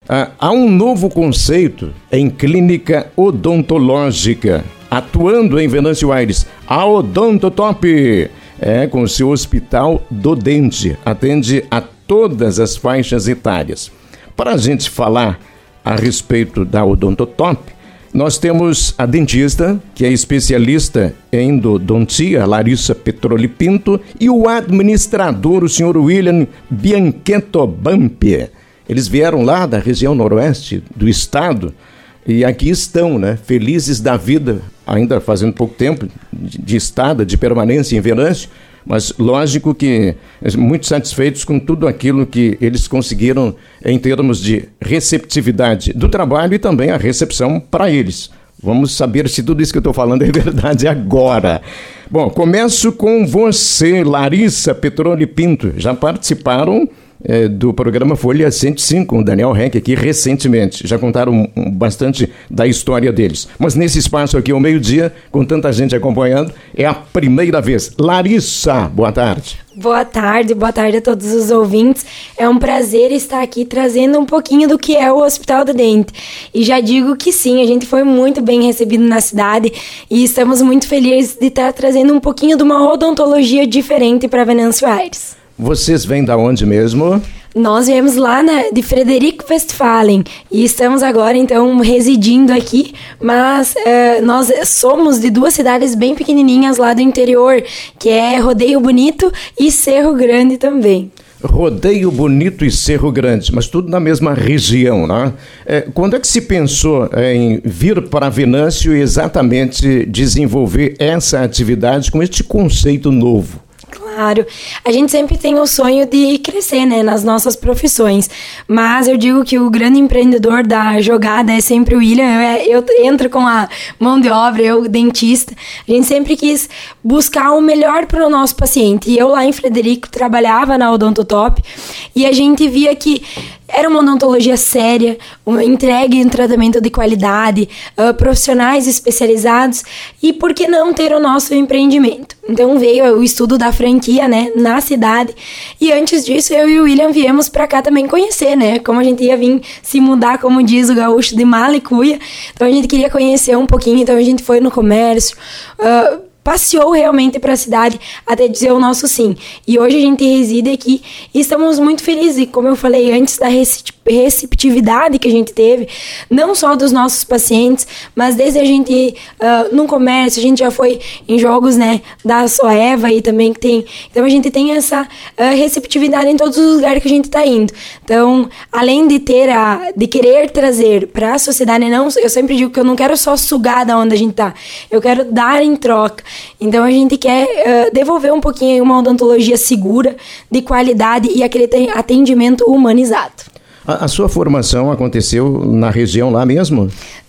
Há um novo conceito em clínica odontológica, atuando em Venâncio Aires, a Odontotop, com seu Hospital do Dente, atende a todas as faixas etárias. Para a gente falar a respeito da Odontotop, nós temos a dentista, que é especialista em endodontia, Larissa Petroli Pinto, e o administrador, o senhor William Bianchetto Bampi. Eles vieram lá da região noroeste do estado e aqui estão, né, felizes da vida, ainda fazendo pouco tempo de estada, de permanência em Venâncio, mas lógico que muito satisfeitos com tudo aquilo que eles conseguiram em termos de receptividade do trabalho e também a recepção para eles. Vamos saber se tudo isso que eu estou falando é verdade agora. Bom, começo com você, Larissa Petroli Pinto. Já participaram do programa Folha 105, com o Daniel Henck aqui recentemente. Já contaram bastante da história deles. Mas nesse espaço aqui, ao meio-dia, com tanta gente acompanhando, é a primeira vez. Larissa, boa tarde. Boa tarde a todos os ouvintes. É um prazer estar aqui trazendo um pouquinho do que é o Hospital do Dente. E já digo que sim, a gente foi muito bem recebido na cidade e estamos muito felizes de estar trazendo um pouquinho de uma odontologia diferente para Venâncio Aires. Vocês vêm da onde mesmo? Nós viemos lá de Frederico Westphalen e estamos agora, então, residindo aqui, mas nós somos de duas cidades bem pequenininhas lá do interior, que é Rodeio Bonito e Cerro Grande também. Rodeio Bonito e Cerro Grande, mas tudo na mesma região, né? Quando é que se pensou em vir para Venâncio e exatamente desenvolver essa atividade com este conceito novo? Claro, a gente sempre tem o sonho de crescer, né, nas nossas profissões, mas eu digo que o grande empreendedor da jogada é sempre o William. Eu entro com a mão de obra, eu dentista, a gente sempre quis buscar o melhor para o nosso paciente, e eu lá em Frederico trabalhava na Odontotop, e a gente via que era uma odontologia séria, uma entrega em tratamento de qualidade, profissionais especializados, e por que não ter o nosso empreendimento? Então veio o estudo da franquia, né, na cidade, e antes disso eu e o William viemos para cá também conhecer, né, como a gente ia vir se mudar, como diz o gaúcho, de mala e cuia. Então a gente queria conhecer um pouquinho, então a gente foi no comércio, passeou realmente para a cidade até dizer o nosso sim. E hoje a gente reside aqui e estamos muito felizes. E como eu falei antes, da receptividade que a gente teve, não só dos nossos pacientes, mas desde a gente ir no comércio, a gente já foi em jogos, né, da Soeva e também que tem. Então a gente tem essa receptividade em todos os lugares que a gente está indo. Então, além de de querer trazer para a sociedade, eu sempre digo que eu não quero só sugar da onde a gente está, eu quero dar em troca. Então a gente quer devolver um pouquinho uma odontologia segura, de qualidade e aquele atendimento humanizado. A sua formação aconteceu na região lá mesmo?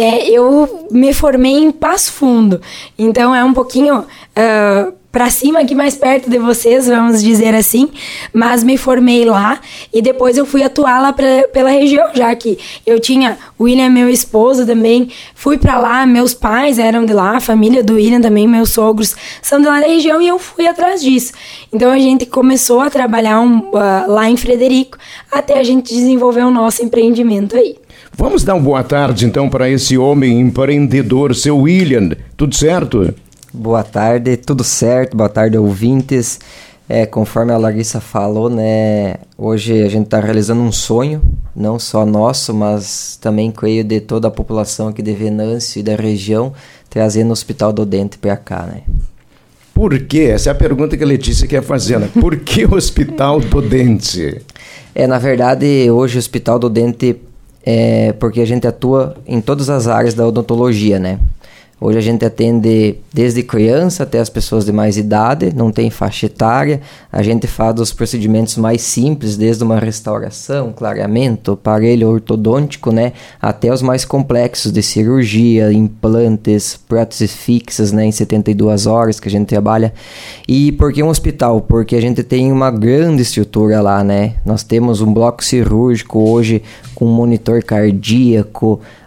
Eu me formei em Passo Fundo, então é um pouquinho para cima, aqui mais perto de vocês, vamos dizer assim, mas me formei lá e depois eu fui atuar lá pela região, já que eu tinha o William, meu esposo também, fui para lá, meus pais eram de lá, a família do William também, meus sogros são de lá da região e eu fui atrás disso. Então a gente começou a trabalhar lá em Frederico até a gente desenvolver o nosso empreendimento aí. Vamos dar uma boa tarde então para esse homem empreendedor, seu William, tudo certo? Boa tarde, tudo certo, boa tarde ouvintes. Conforme a Larissa falou, né, hoje a gente está realizando um sonho, não só nosso, mas também creio de toda a população aqui de Venâncio e da região, trazendo o Hospital do Dente para cá, né? Por quê? Essa é a pergunta que a Letícia quer fazer, né? Por que o Hospital do Dente? Na verdade, hoje o Hospital do Dente porque a gente atua em todas as áreas da odontologia, né? Hoje a gente atende desde criança até as pessoas de mais idade, não tem faixa etária. A gente faz os procedimentos mais simples, desde uma restauração, clareamento, aparelho ortodôntico, né, até os mais complexos de cirurgia, implantes, próteses fixas, né, em 72 horas que a gente trabalha. E por que um hospital? Porque a gente tem uma grande estrutura lá, né? Nós temos um bloco cirúrgico hoje com monitor cardíaco,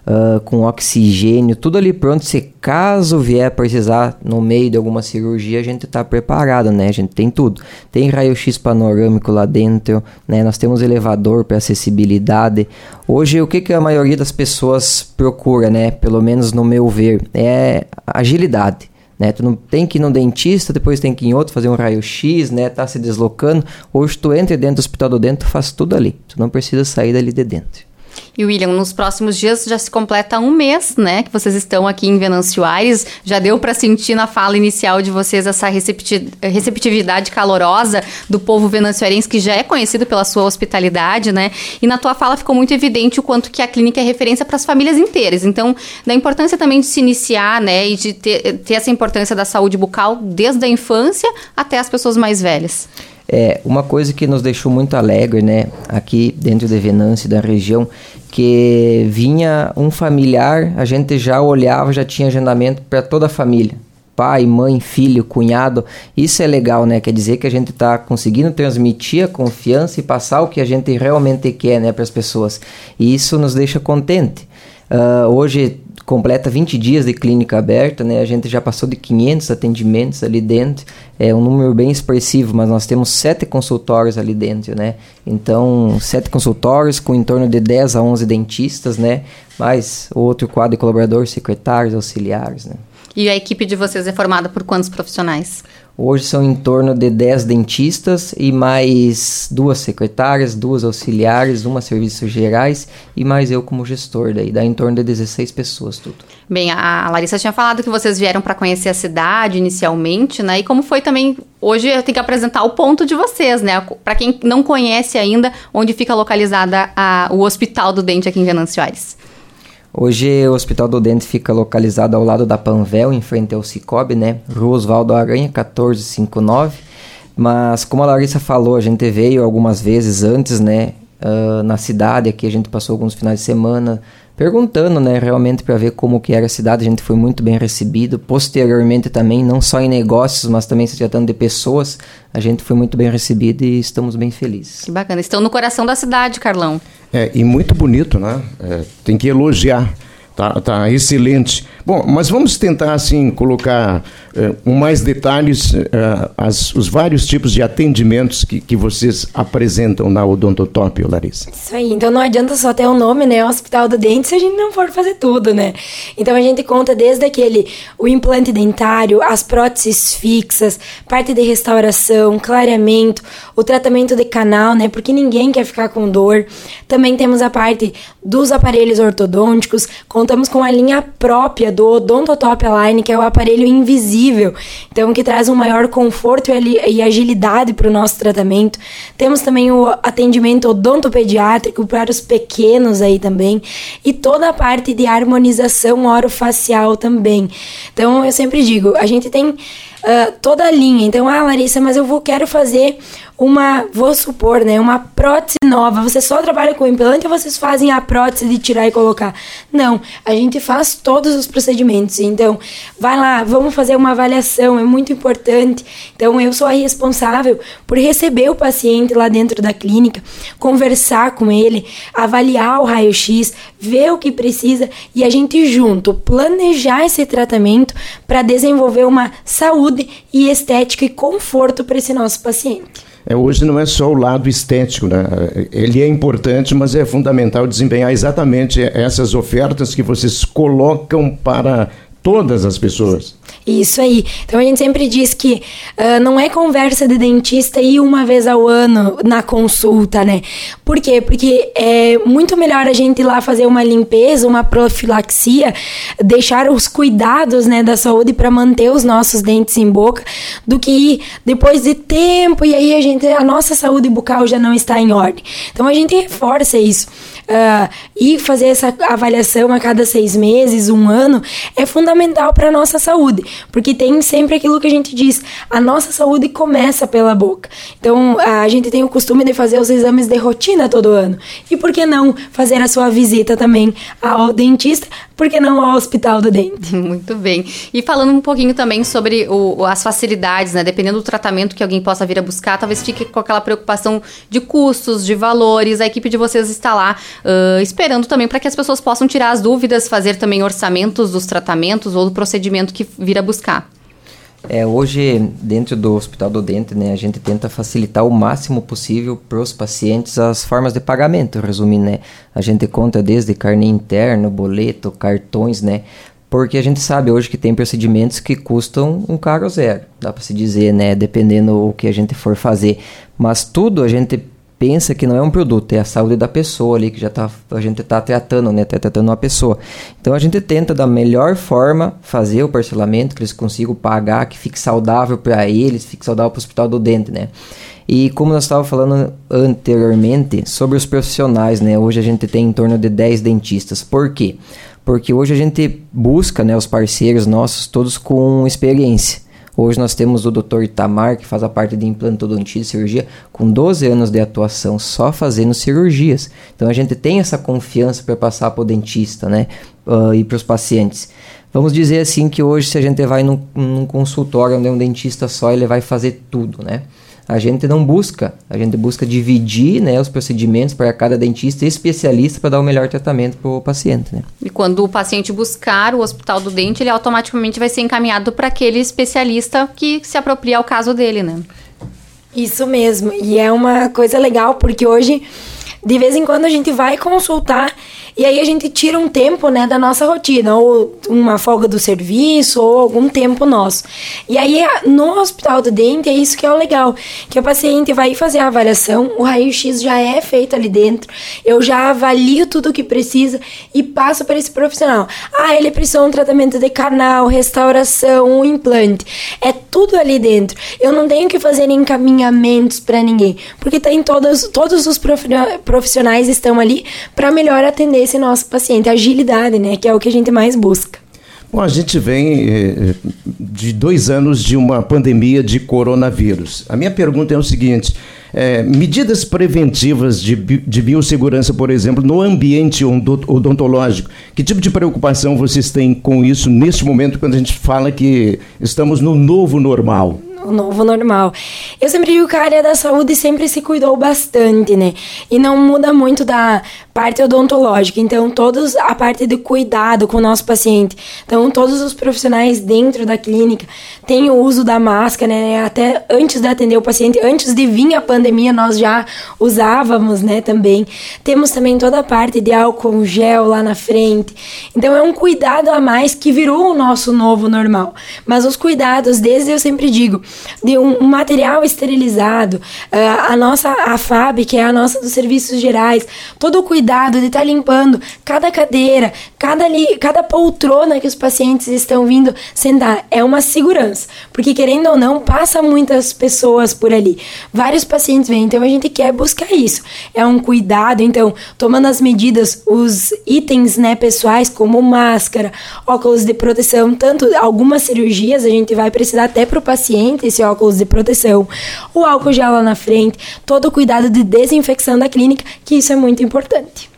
com oxigênio, tudo ali pronto. Se caso vier precisar no meio de alguma cirurgia, a gente está preparado, né? A gente tem tudo. Tem raio-x panorâmico lá dentro, né? Nós temos elevador para acessibilidade. Hoje, o que a maioria das pessoas procura, né? Pelo menos no meu ver, é agilidade. Né? Tu não tem que ir no dentista, depois tem que ir em outro fazer um raio-x, né? Tá se deslocando. Hoje tu entra dentro do Hospital do Dente, tu faz tudo ali. Tu não precisa sair dali de dentro. E William, nos próximos dias já se completa um mês, né, que vocês estão aqui em Venâncio Aires. Já deu para sentir na fala inicial de vocês essa receptividade calorosa do povo venancioarense, que já é conhecido pela sua hospitalidade, né? E na tua fala ficou muito evidente o quanto que a clínica é referência para as famílias inteiras. Então, da importância também de se iniciar, né, e de ter essa importância da saúde bucal desde a infância até as pessoas mais velhas. Uma coisa que nos deixou muito alegre, né, aqui dentro de Venâncio, da região, que vinha um familiar, a gente já olhava, já tinha agendamento para toda a família. Pai, mãe, filho, cunhado. Isso é legal, né? Quer dizer que a gente está conseguindo transmitir a confiança e passar o que a gente realmente quer, né, para as pessoas. E isso nos deixa contente. Hoje completa 20 dias de clínica aberta, né? A gente já passou de 500 atendimentos ali dentro. É um número bem expressivo, mas nós temos 7 consultórios ali dentro, né? Então, 7 consultórios com em torno de 10 a 11 dentistas, né? Mais outro quadro de colaboradores, secretários, auxiliares, né? E a equipe de vocês é formada por quantos profissionais? Hoje são em torno de 10 dentistas e mais 2 secretárias, 2 auxiliares, 1 serviços gerais e mais eu como gestor. Daí dá em torno de 16 pessoas tudo. Bem, a Larissa tinha falado que vocês vieram para conhecer a cidade inicialmente, né? E como foi também, hoje eu tenho que apresentar o ponto de vocês, né? Para quem não conhece ainda, onde fica localizada o Hospital do Dente aqui em Venâncio Aires. Hoje o Hospital do Dente fica localizado ao lado da Panvel, em frente ao Cicobi, né? Rua Osvaldo Aranha, 1459. Mas como a Larissa falou, a gente veio algumas vezes antes, né? Na cidade, aqui a gente passou alguns finais de semana perguntando, né? Realmente para ver como que era a cidade. A gente foi muito bem recebido. Posteriormente também, não só em negócios, mas também se tratando de pessoas, a gente foi muito bem recebido e estamos bem felizes. Que bacana. Estão no coração da cidade, Carlão. E muito bonito, né? Tem que elogiar. Tá excelente. Bom, mas vamos tentar, assim, colocar com mais detalhes os vários tipos de atendimentos que vocês apresentam na Odontotop, Larissa. Isso aí. Então não adianta só ter o nome, né? Hospital do Dente, se a gente não for fazer tudo, né? Então a gente conta desde o implante dentário, as próteses fixas, parte de restauração, clareamento, o tratamento de canal, né? Porque ninguém quer ficar com dor. Também temos a parte dos aparelhos ortodônticos. Contamos com a linha própria do Odontotop Align, que é o aparelho invisível, então que traz um maior conforto e agilidade para o nosso tratamento. Temos também o atendimento odontopediátrico para os pequenos aí também, e toda a parte de harmonização orofacial também. Então eu sempre digo, a gente tem toda a linha. Então, Larissa, mas quero fazer vou supor, né, uma prótese nova. Você só trabalha com implante ou vocês fazem a prótese de tirar e colocar? Não, a gente faz todos os procedimentos. Então, vai lá, vamos fazer uma avaliação, é muito importante. Então, eu sou a responsável por receber o paciente lá dentro da clínica, conversar com ele, avaliar o raio-x, ver o que precisa e a gente junto planejar esse tratamento para desenvolver uma saúde e estética e conforto para esse nosso paciente. Hoje não é só o lado estético, né? Ele é importante, mas é fundamental desempenhar exatamente essas ofertas que vocês colocam para todas as pessoas. Isso aí. Então a gente sempre diz que não é conversa de dentista ir uma vez ao ano na consulta, né? Por quê? Porque é muito melhor a gente ir lá fazer uma limpeza, uma profilaxia, deixar os cuidados, né, da saúde para manter os nossos dentes em boca, do que ir depois de tempo e aí a nossa saúde bucal já não está em ordem. Então a gente reforça isso. E fazer essa avaliação a cada 6 meses, 1 ano, é fundamental para a nossa saúde, porque tem sempre aquilo que a gente diz, a nossa saúde começa pela boca. Então, a gente tem o costume de fazer os exames de rotina todo ano, e por que não fazer a sua visita também ao dentista por que não ao Hospital do Dente? Muito bem. E falando um pouquinho também sobre as facilidades, né? Dependendo do tratamento que alguém possa vir a buscar, talvez fique com aquela preocupação de custos, de valores. A equipe de vocês está lá esperando também para que as pessoas possam tirar as dúvidas, fazer também orçamentos dos tratamentos ou do procedimento que vir a buscar. Hoje, dentro do Hospital do Dente, né, a gente tenta facilitar o máximo possível para os pacientes as formas de pagamento, resumindo, né? A gente conta desde carnê interno, boleto, cartões, né? Porque a gente sabe hoje que tem procedimentos que custam um caro zero, dá para se dizer, né? Dependendo o que a gente for fazer. Mas tudo a gente pensa que não é um produto, é a saúde da pessoa ali, que a gente está tratando, né? Tá tratando uma pessoa. Então a gente tenta da melhor forma fazer o parcelamento, que eles consigam pagar, que fique saudável para eles, fique saudável para o Hospital do Dente, né? E como nós estávamos falando anteriormente sobre os profissionais, né? Hoje a gente tem em torno de 10 dentistas. Por quê? Porque hoje a gente busca, né, os parceiros nossos todos com experiência. Hoje nós temos o Dr. Itamar, que faz a parte de implantodontia e cirurgia, com 12 anos de atuação, só fazendo cirurgias. Então a gente tem essa confiança para passar para o dentista, né? E para os pacientes. Vamos dizer assim que hoje, se a gente vai num consultório onde é um dentista só, ele vai fazer tudo, né? A gente não busca, a gente busca dividir, né, os procedimentos para cada dentista e especialista para dar o melhor tratamento para o paciente, né? E quando o paciente buscar o Hospital do Dente, ele automaticamente vai ser encaminhado para aquele especialista que se apropria ao caso dele, né? Isso mesmo, e é uma coisa legal, porque hoje, de vez em quando, a gente vai consultar e aí a gente tira um tempo, né, da nossa rotina, ou uma folga do serviço, ou algum tempo nosso. E aí, no Hospital do Dente, é isso que é o legal, que o paciente vai fazer a avaliação, o raio-x já é feito ali dentro, eu já avalio tudo o que precisa e passo para esse profissional. Ele precisa de um tratamento de canal, restauração, um implante. É tudo ali dentro. Eu não tenho que fazer encaminhamentos para ninguém, porque tem todos os profissionais estão ali para melhor atender esse nosso paciente, agilidade, né, que é o que a gente mais busca. Bom, a gente vem de 2 anos de uma pandemia de coronavírus. A minha pergunta é o seguinte, medidas preventivas de biossegurança, por exemplo, no ambiente odontológico, que tipo de preocupação vocês têm com isso neste momento, quando a gente fala que estamos no novo normal? O novo normal. Eu sempre digo que a área da saúde sempre se cuidou bastante, né? E não muda muito da parte odontológica. Então, a parte de cuidado com o nosso paciente. Então, todos os profissionais dentro da clínica têm o uso da máscara, né? Até antes de atender o paciente, antes de vir a pandemia, nós já usávamos, né? Também. Temos também toda a parte de álcool gel lá na frente. Então, é um cuidado a mais que virou o nosso novo normal. Mas os cuidados, desde eu sempre digo, de um material esterilizado, a FAB, que é a nossa dos serviços gerais, todo o cuidado de estar limpando cada cadeira, cada poltrona que os pacientes estão vindo sentar, é uma segurança, porque querendo ou não, passa muitas pessoas por ali, vários pacientes vêm, então a gente quer buscar isso, é um cuidado, então, tomando as medidas, os itens, né, pessoais, como máscara, óculos de proteção, tanto algumas cirurgias, a gente vai precisar até para o paciente, esse óculos de proteção, o álcool gel lá na frente, todo o cuidado de desinfecção da clínica, que isso é muito importante.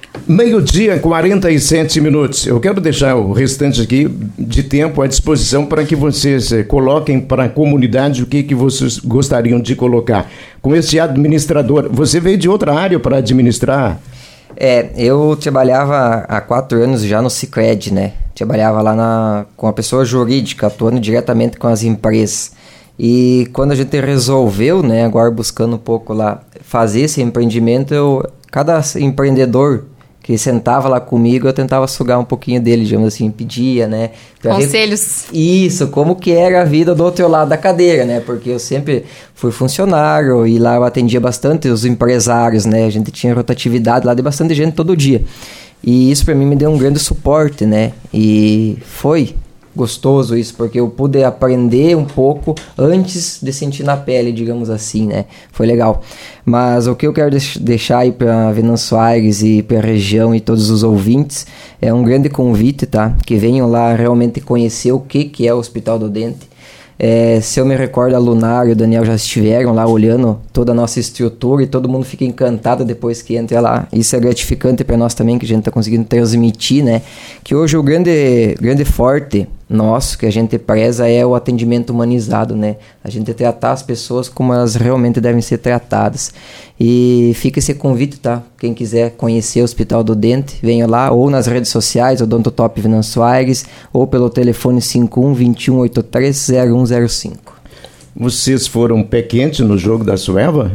12h, 47 minutos. Eu quero deixar o restante aqui de tempo à disposição para que vocês coloquem para a comunidade o que vocês gostariam de colocar. Com esse administrador, você veio de outra área para administrar? Eu trabalhava há 4 anos já no Sicredi, né? Trabalhava lá com a pessoa jurídica, atuando diretamente com as empresas. E quando a gente resolveu, né, agora buscando um pouco lá, fazer esse empreendimento, cada empreendedor que sentava lá comigo, eu tentava sugar um pouquinho dele, digamos assim, pedia, né? Conselhos. Isso, como que era a vida do outro lado da cadeira, né? Porque eu sempre fui funcionário e lá eu atendia bastante os empresários, né? A gente tinha rotatividade lá de bastante gente todo dia. E isso para mim me deu um grande suporte, né? E foi gostoso isso, porque eu pude aprender um pouco antes de sentir na pele, digamos assim, né? Foi legal. Mas o que eu quero deixar aí para Venâncio Aires e para a região e todos os ouvintes é um grande convite, tá? Que venham lá realmente conhecer o que é o Hospital do Dente. Se eu me recordo, a Lunar e o Daniel já estiveram lá olhando toda a nossa estrutura e todo mundo fica encantado depois que entra lá. Isso é gratificante para nós também, que a gente está conseguindo transmitir, né? Que hoje o grande forte nosso, que a gente preza, é o atendimento humanizado, né? A gente tratar as pessoas como elas realmente devem ser tratadas. E fica esse convite, tá? Quem quiser conhecer o Hospital do Dente, venha lá, ou nas redes sociais, Odontotop Venâncio Aires, ou pelo telefone 51-2183-0105. Vocês foram pé quente no jogo da Sueva?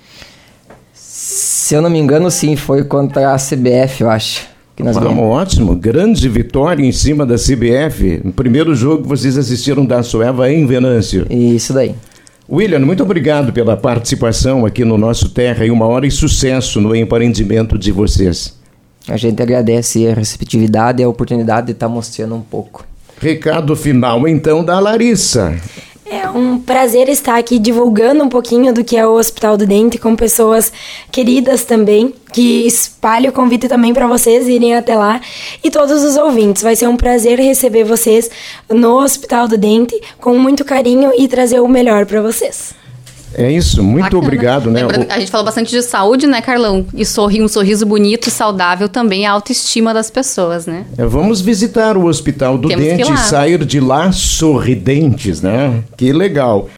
Se eu não me engano, sim, foi contra a CBF, eu acho. Ótimo, grande vitória em cima da CBF. No primeiro jogo que vocês assistiram da Sueva em Venâncio. Isso daí. William, muito obrigado pela participação aqui no nosso Terra e Uma Hora, e sucesso no empreendimento de vocês. A gente agradece a receptividade e a oportunidade de estar mostrando um pouco. Recado final, então, da Larissa. É um prazer estar aqui divulgando um pouquinho do que é o Hospital do Dente com pessoas queridas também, que espalhe o convite também para vocês irem até lá, e todos os ouvintes. Vai ser um prazer receber vocês no Hospital do Dente com muito carinho e trazer o melhor para vocês. É isso, muito Bacana. Obrigado, né? A gente falou bastante de saúde, né, Carlão? E um sorriso bonito e saudável também é a autoestima das pessoas, né? Vamos visitar o Hospital do Dente e sair de lá sorridentes, né? Que legal.